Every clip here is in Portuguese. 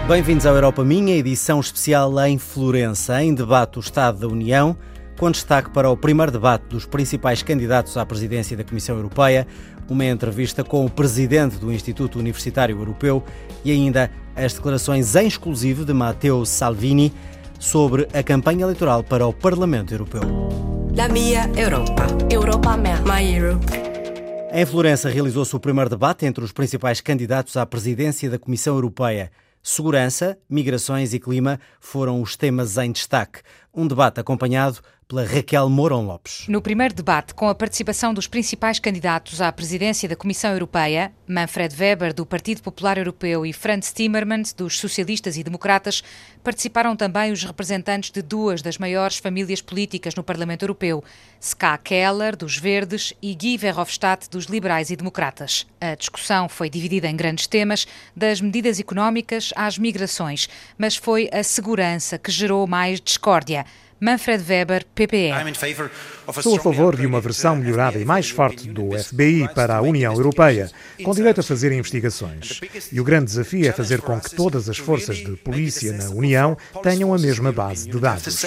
Bem-vindos ao Europa Minha, edição especial em Florença. Em debate o Estado da União, com destaque para o primeiro debate dos principais candidatos à presidência da Comissão Europeia, uma entrevista com o presidente do Instituto Universitário Europeu e ainda as declarações em exclusivo de Matteo Salvini sobre a campanha eleitoral para o Parlamento Europeu. La mia Europa. Europa mea. My Europe. Em Florença realizou-se o primeiro debate entre os principais candidatos à presidência da Comissão Europeia. Segurança, migrações e clima foram os temas em destaque. Um debate acompanhado pela Raquel Mourão Lopes. No primeiro debate, com a participação dos principais candidatos à presidência da Comissão Europeia, Manfred Weber, do Partido Popular Europeu, e Frans Timmermans, dos Socialistas e Democratas, participaram também os representantes de duas das maiores famílias políticas no Parlamento Europeu, Ska Keller, dos Verdes, e Guy Verhofstadt, dos Liberais e Democratas. A discussão foi dividida em grandes temas, das medidas económicas às migrações, mas foi a segurança que gerou mais discórdia. Manfred Weber, PPE. Estou a favor de uma versão melhorada e mais forte do FBI para a União Europeia, com direito a fazer investigações. E o grande desafio é fazer com que todas as forças de polícia na União tenham a mesma base de dados.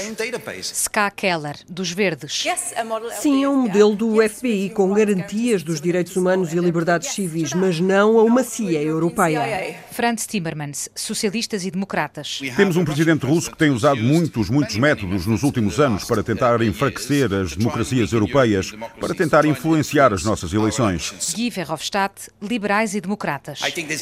Ska Keller, dos Verdes. Sim, é um modelo do FBI com garantias dos direitos humanos e liberdades civis, mas não a uma CIA europeia. Frans Timmermans, Socialistas e Democratas. Temos um presidente russo que tem usado muitos métodos nos últimos anos para tentar enfraquecer as democracias europeias, para tentar influenciar as nossas eleições. Guy Verhofstadt, Liberais e Democratas.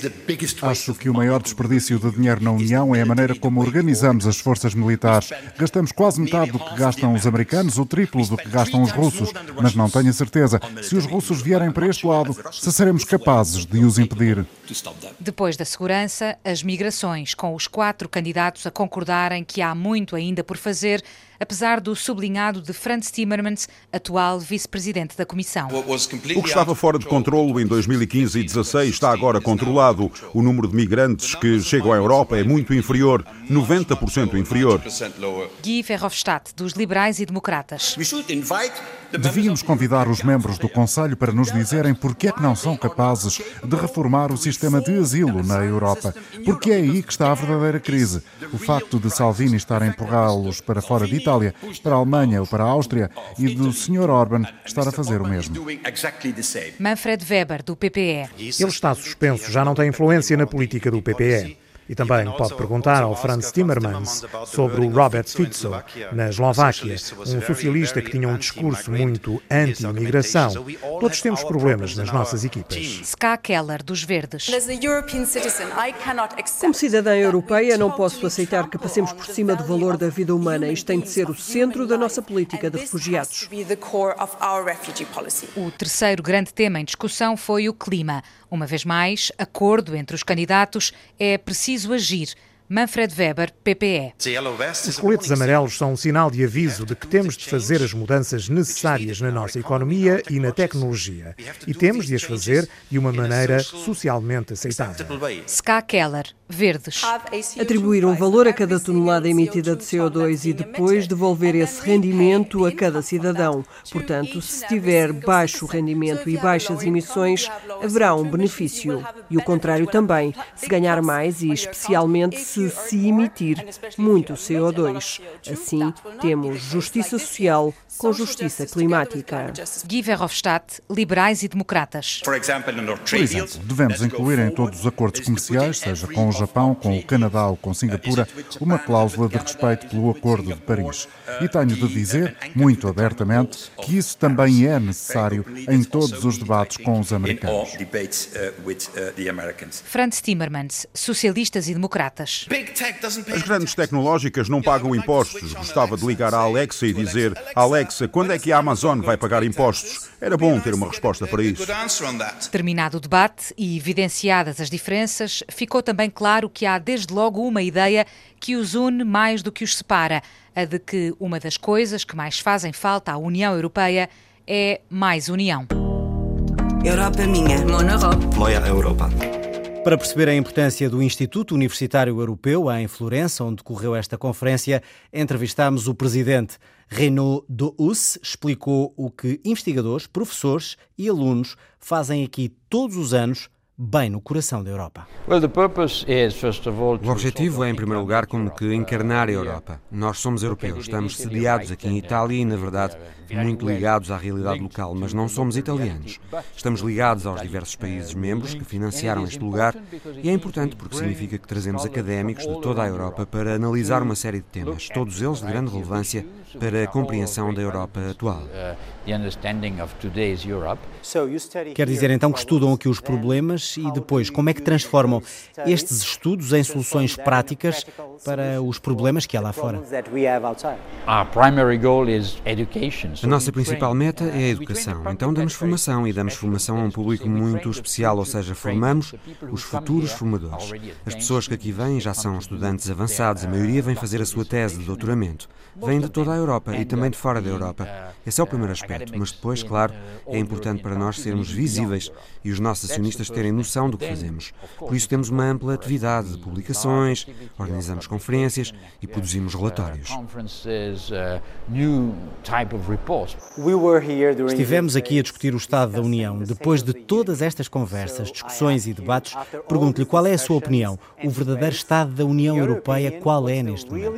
Acho que o maior desperdício de dinheiro na União é a maneira como organizamos as forças militares. Gastamos quase metade do que gastam os americanos, o triplo do que gastam os russos, mas não tenho a certeza se os russos vierem para este lado, se seremos capazes de os impedir. Depois da segurança, as migrações, com os 4 candidatos a concordarem que há muito ainda por fazer, apesar do sublinhado de Frans Timmermans, atual vice-presidente da Comissão. O que estava fora de controlo em 2015 e 2016 está agora controlado. O número de migrantes que chegam à Europa é muito inferior, 90% inferior. Guy Verhofstadt, dos Liberais e Democratas. Devíamos convidar os membros do Conselho para nos dizerem porque é que não são capazes de reformar o sistema de asilo na Europa. Porque é aí que está a verdadeira crise. O facto de Salvini estar a empurrá-los para fora de Itália, para a Alemanha ou para a Áustria e do Sr. Orbán estar a fazer o mesmo. Manfred Weber, do PPE. Ele está suspenso, já não tem influência na política do PPE. E também pode perguntar ao Frans Timmermans sobre o Robert Fico, na Eslováquia, um socialista que tinha um discurso muito anti-imigração. Todos temos problemas nas nossas equipas. Ska Keller, dos Verdes. Como cidadã europeia, não posso aceitar que passemos por cima do valor da vida humana. Isto tem de ser o centro da nossa política de refugiados. O terceiro grande tema em discussão foi o clima. Uma vez mais, acordo entre os candidatos, é preciso agir. Manfred Weber, PPE. Os coletes amarelos são um sinal de aviso de que temos de fazer as mudanças necessárias na nossa economia e na tecnologia. E temos de as fazer de uma maneira socialmente aceitável. Ska Keller, Verdes. Atribuir um valor a cada tonelada emitida de CO2 e depois devolver esse rendimento a cada cidadão. Portanto, se tiver baixo rendimento e baixas emissões, haverá um benefício. E o contrário também, se ganhar mais e especialmente se emitir muito CO2. Assim, temos justiça social com justiça climática. Guy Verhofstadt, Liberais e Democratas. Por exemplo, devemos incluir em todos os acordos comerciais, seja com o Japão, com o Canadá ou com Singapura, uma cláusula de respeito pelo Acordo de Paris. E tenho de dizer, muito abertamente, que isso também é necessário em todos os debates com os americanos. Frans Timmermans, Socialistas e Democratas. As grandes tecnológicas não pagam impostos. Gostava de ligar à Alexa e dizer: Alexa, quando é que a Amazon vai pagar impostos? Era bom ter uma resposta para isso. Terminado o debate e evidenciadas as diferenças, ficou também claro que há desde logo uma ideia que os une mais do que os separa, a de que uma das coisas que mais fazem falta à União Europeia é mais união. Europa minha. Mon Europe. Moja Europa. Para perceber a importância do Instituto Universitário Europeu, em Florença, onde decorreu esta conferência, entrevistámos o presidente. Renaud Douce explicou o que investigadores, professores e alunos fazem aqui todos os anos bem no coração da Europa. O objetivo é, em primeiro lugar, como que encarnar a Europa. Nós somos europeus, estamos sediados aqui em Itália e, na verdade, muito ligados à realidade local, mas não somos italianos. Estamos ligados aos diversos países membros que financiaram este lugar e é importante porque significa que trazemos académicos de toda a Europa para analisar uma série de temas, todos eles de grande relevância para a compreensão da Europa atual. Quer dizer então que estudam aqui os problemas e depois como é que transformam estes estudos em soluções práticas para os problemas que há lá fora? A nossa principal meta é a educação, então damos formação e damos formação a um público muito especial, ou seja, formamos os futuros formadores. As pessoas que aqui vêm já são estudantes avançados, a maioria vem fazer a sua tese de doutoramento. Vêm de toda a Europa e também de fora da Europa. Esse é o primeiro aspecto, mas depois, claro, é importante para nós sermos visíveis e os nossos acionistas terem noção do que fazemos. Por isso temos uma ampla atividade de publicações, organizamos conferências e produzimos relatórios. Estivemos aqui a discutir o Estado da União. Depois de todas estas conversas, discussões e debates, pergunto-lhe qual é a sua opinião. O verdadeiro Estado da União Europeia, qual é neste momento?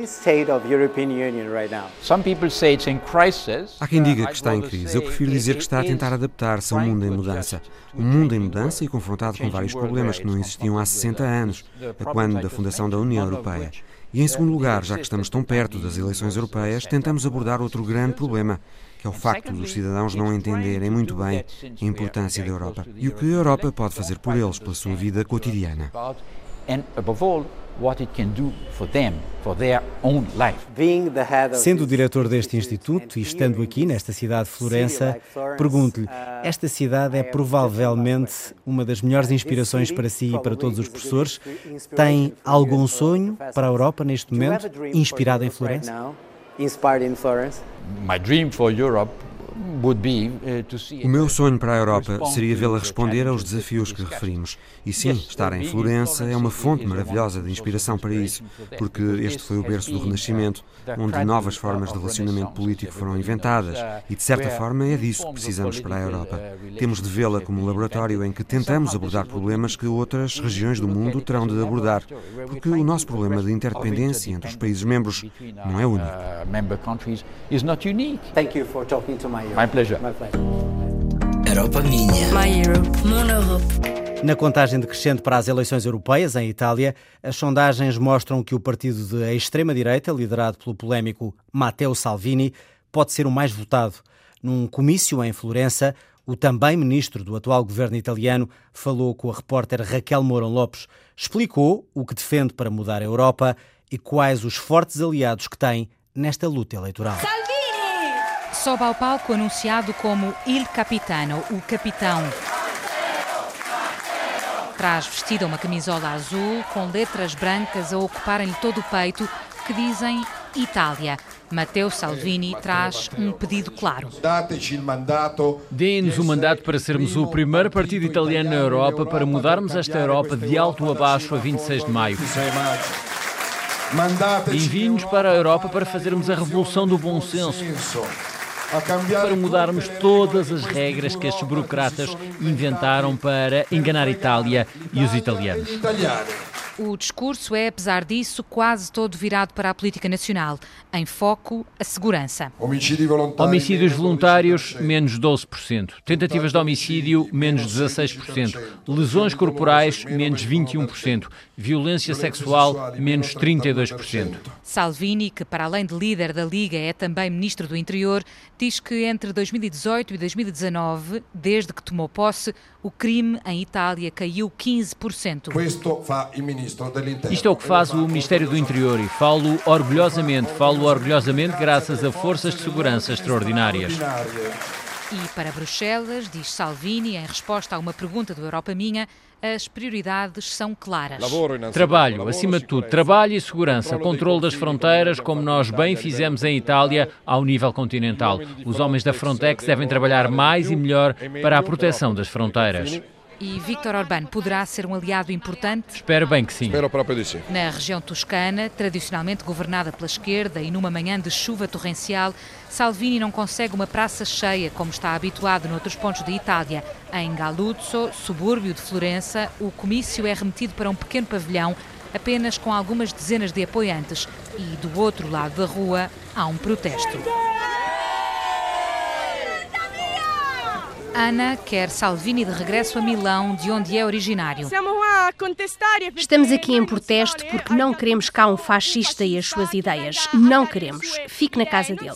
Há quem diga que está em crise. Eu prefiro dizer que está a tentar adaptar-se a um mundo em mudança. Um mundo em mudança e confrontado com vários problemas que não existiam há 60 anos, a quando da fundação da União Europeia. E, em segundo lugar, já que estamos tão perto das eleições europeias, tentamos abordar outro grande problema, que é o facto dos cidadãos não entenderem muito bem a importância da Europa e o que a Europa pode fazer por eles, pela sua vida cotidiana. Sendo o diretor deste instituto e estando aqui nesta cidade de Florença, pergunto-lhe, esta cidade é provavelmente uma das melhores inspirações para si e para todos os professores. Tem algum sonho para a Europa neste momento, inspirado em Florença? O meu sonho para a Europa seria vê-la responder aos desafios que referimos. E sim, estar em Florença é uma fonte maravilhosa de inspiração para isso, porque este foi o berço do Renascimento, onde novas formas de relacionamento político foram inventadas. E, de certa forma, é disso que precisamos para a Europa. Temos de vê-la como um laboratório em que tentamos abordar problemas que outras regiões do mundo terão de abordar, porque o nosso problema de interdependência entre os países membros não é único. My pleasure. Europa minha. My Europe. Mon Europe. Na contagem decrescente para as eleições europeias, em Itália, as sondagens mostram que o partido de extrema-direita, liderado pelo polémico Matteo Salvini, pode ser o mais votado. Num comício em Florença, o também ministro do atual governo italiano falou com a repórter Raquel Mourão Lopes, explicou o que defende para mudar a Europa e quais os fortes aliados que tem nesta luta eleitoral. Sobe ao palco anunciado como Il Capitano, o capitão. Traz vestida uma camisola azul com letras brancas a ocuparem-lhe todo o peito que dizem Itália. Matteo Salvini traz um pedido claro. Deem-nos o mandato para sermos o primeiro partido italiano na Europa para mudarmos esta Europa de alto a baixo a 26 de maio. Enviem-nos para a Europa para fazermos a revolução do bom senso. Para mudarmos todas as regras que estes burocratas inventaram para enganar a Itália e os italianos. O discurso é, apesar disso, quase todo virado para a política nacional. Em foco, a segurança. Homicídios voluntários, menos 12%. Tentativas de homicídio, menos 16%. Lesões corporais, menos 21%. Violência sexual, menos 32%. Salvini, que para além de líder da Liga é também ministro do Interior, diz que entre 2018 e 2019, desde que tomou posse, o crime em Itália caiu 15%. Isto é o que faz o Ministério do Interior e falo orgulhosamente graças a forças de segurança extraordinárias. E para Bruxelas, diz Salvini, em resposta a uma pergunta do Europa Minha, as prioridades são claras. Trabalho, acima de tudo, trabalho e segurança, controle das fronteiras, como nós bem fizemos em Itália, ao nível continental. Os homens da Frontex devem trabalhar mais e melhor para a proteção das fronteiras. E Viktor Orbán poderá ser um aliado importante? Espero bem que sim. Spero proprio di sì. Na região toscana, tradicionalmente governada pela esquerda e numa manhã de chuva torrencial, Salvini não consegue uma praça cheia, como está habituado noutros pontos da Itália. Em Galuzzo, subúrbio de Florença, o comício é remetido para um pequeno pavilhão, apenas com algumas dezenas de apoiantes. E do outro lado da rua, há um protesto. Ana quer Salvini de regresso a Milão, de onde é originário. Estamos aqui em protesto porque não queremos cá um fascista e as suas ideias. Não queremos. Fique na casa dele.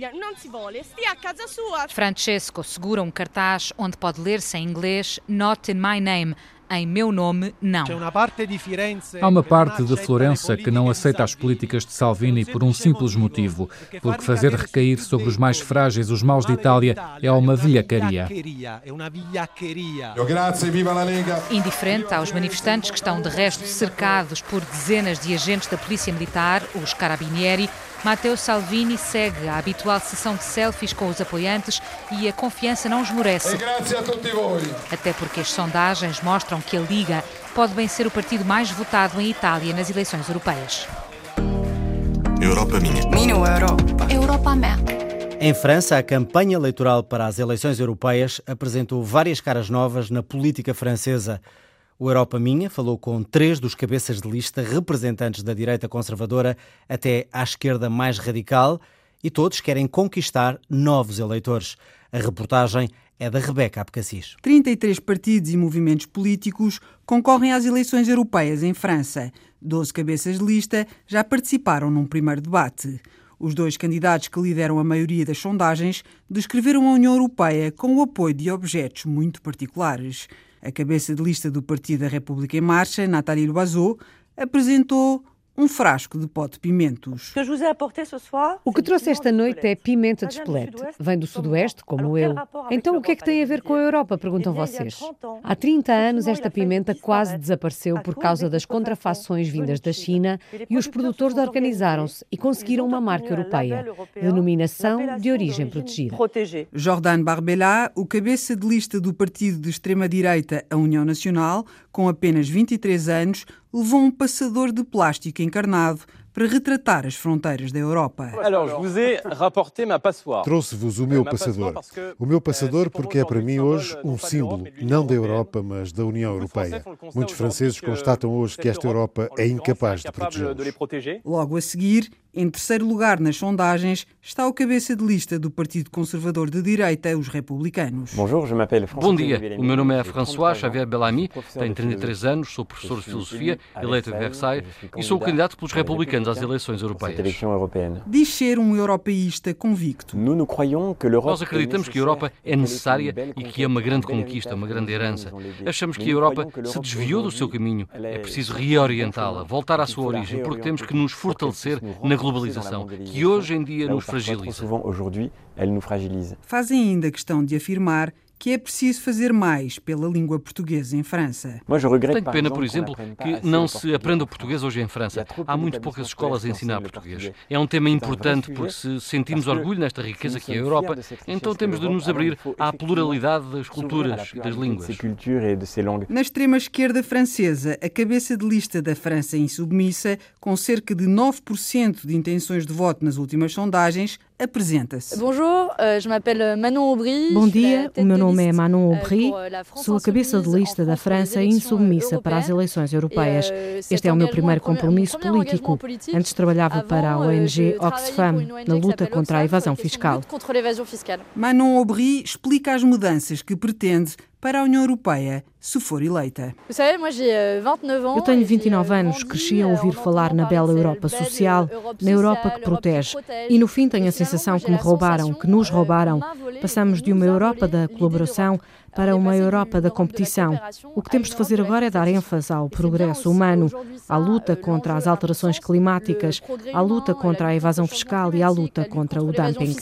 Francesco segura um cartaz onde pode ler-se em inglês "Not in my name", em meu nome, não. Há uma parte de Florença que não aceita as políticas de Salvini por um simples motivo, porque fazer recair sobre os mais frágeis os maus de Itália é uma velhacaria. Indiferente aos manifestantes que estão de resto cercados por dezenas de agentes da Polícia Militar, os Carabinieri, Matteo Salvini segue a habitual sessão de selfies com os apoiantes e a confiança não esmorece. Até porque as sondagens mostram que a Liga pode bem ser o partido mais votado em Itália nas eleições europeias. Europa minha. Minha Europa. Europa minha. Em França, a campanha eleitoral para as eleições europeias apresentou várias caras novas na política francesa. O Europa Minha falou com 3 dos cabeças de lista representantes da direita conservadora até à esquerda mais radical e todos querem conquistar novos eleitores. A reportagem é da Rebeca Abcacis. 33 partidos e movimentos políticos concorrem às eleições europeias em França. 12 cabeças de lista já participaram num primeiro debate. Os 2 candidatos que lideram a maioria das sondagens descreveram a União Europeia com o apoio de objetos muito particulares. A cabeça de lista do Partido da República em Marcha, Nathalie Loiseau, apresentou um frasco de pó de pimentos. O que trouxe esta noite é pimenta de Espelete. Vem do Sudoeste, como eu. Então o que é que tem a ver com a Europa, perguntam vocês? Há 30 anos esta pimenta quase desapareceu por causa das contrafações vindas da China e os produtores organizaram-se e conseguiram uma marca europeia, denominação de origem protegida. Jordan Barbella, o cabeça de lista do partido de extrema-direita, a União Nacional, com apenas 23 anos, levou um passador de plástico encarnado para retratar as fronteiras da Europa. Trouxe-vos o meu passador. O meu passador porque é para mim hoje um símbolo, não da Europa, mas da União Europeia. Muitos franceses constatam hoje que esta Europa é incapaz de protegê-los. Logo a seguir, em terceiro lugar nas sondagens, está o cabeça de lista do Partido Conservador de Direita, os Republicanos. Bom dia, o meu nome é François Xavier Bellamy, tenho 33 anos, sou professor de Filosofia, eleito em Versailles e sou o candidato pelos Republicanos às eleições europeias. Diz ser um europeísta convicto. Nós acreditamos que a Europa é necessária e que é uma grande conquista, uma grande herança. Achamos que a Europa se desviou do seu caminho. É preciso reorientá-la, voltar à sua origem, porque temos que nos fortalecer na globalização, que hoje em dia nos fragiliza. Fazem ainda questão de afirmar que é preciso fazer mais pela língua portuguesa em França. Tenho pena, por exemplo, que não se aprenda o português hoje em França. Há muito poucas escolas a ensinar português. É um tema importante porque se sentimos orgulho nesta riqueza que é a Europa, então temos de nos abrir à pluralidade das culturas e das línguas. Na extrema-esquerda francesa, a cabeça de lista da França Insubmissa, com cerca de 9% de intenções de voto nas últimas sondagens, apresenta-se. Bom dia, o meu nome é Manon Aubry, sou a cabeça de lista da França Insubmissa para as eleições europeias. Este é o meu primeiro compromisso político. Antes trabalhava para a ONG Oxfam, na luta contra a evasão fiscal. Manon Aubry explica as mudanças que pretende para a União Europeia, se for eleita. Eu tenho 29 anos, cresci a ouvir falar na bela Europa social, na Europa que protege. E no fim tenho a sensação que me roubaram, que nos roubaram. Passamos de uma Europa da colaboração para uma Europa da competição. O que temos de fazer agora é dar ênfase ao progresso humano, à luta contra as alterações climáticas, à luta contra a evasão fiscal e à luta contra o dumping.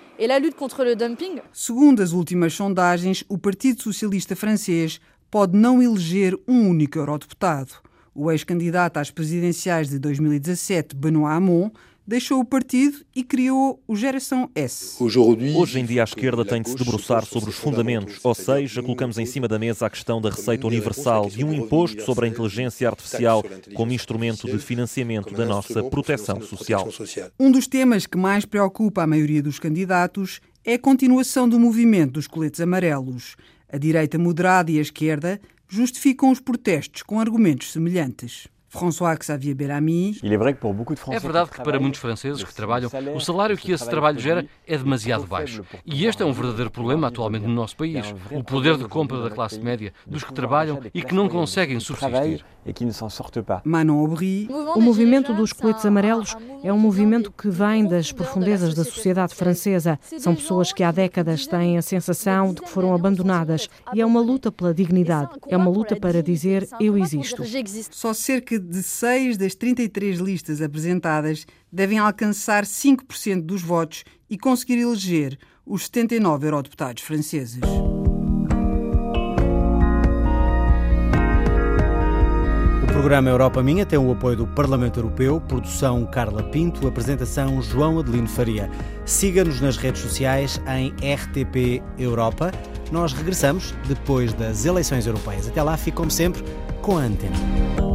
Segundo as últimas sondagens, o Partido Socialista francês pode não eleger um único eurodeputado. O ex-candidato às presidenciais de 2017, Benoît Hamon, deixou o partido e criou o Geração S. Hoje em dia a esquerda tem de se debruçar sobre os fundamentos, ou seja, colocamos em cima da mesa a questão da receita universal, de um imposto sobre a inteligência artificial como instrumento de financiamento da nossa proteção social. Um dos temas que mais preocupa a maioria dos candidatos é a continuação do movimento dos coletes amarelos. A direita moderada e a esquerda justificam os protestos com argumentos semelhantes. François-Xavier Bellamy. É verdade que para muitos franceses que trabalham, o salário que esse trabalho gera é demasiado baixo. E este é um verdadeiro problema atualmente no nosso país. O poder de compra da classe média, dos que trabalham e que não conseguem subsistir. Manon Aubry. O movimento dos coletes amarelos é um movimento que vem das profundezas da sociedade francesa. São pessoas que há décadas têm a sensação de que foram abandonadas. E é uma luta pela dignidade. É uma luta para dizer eu existo. Só cerca de 6 das 33 listas apresentadas devem alcançar 5% dos votos e conseguir eleger os 79 eurodeputados franceses. O programa Europa Minha tem o apoio do Parlamento Europeu, produção Carla Pinto, apresentação João Adelino Faria. Siga-nos nas redes sociais em RTP Europa. Nós regressamos depois das eleições europeias. Até lá, fique como sempre com a Antena.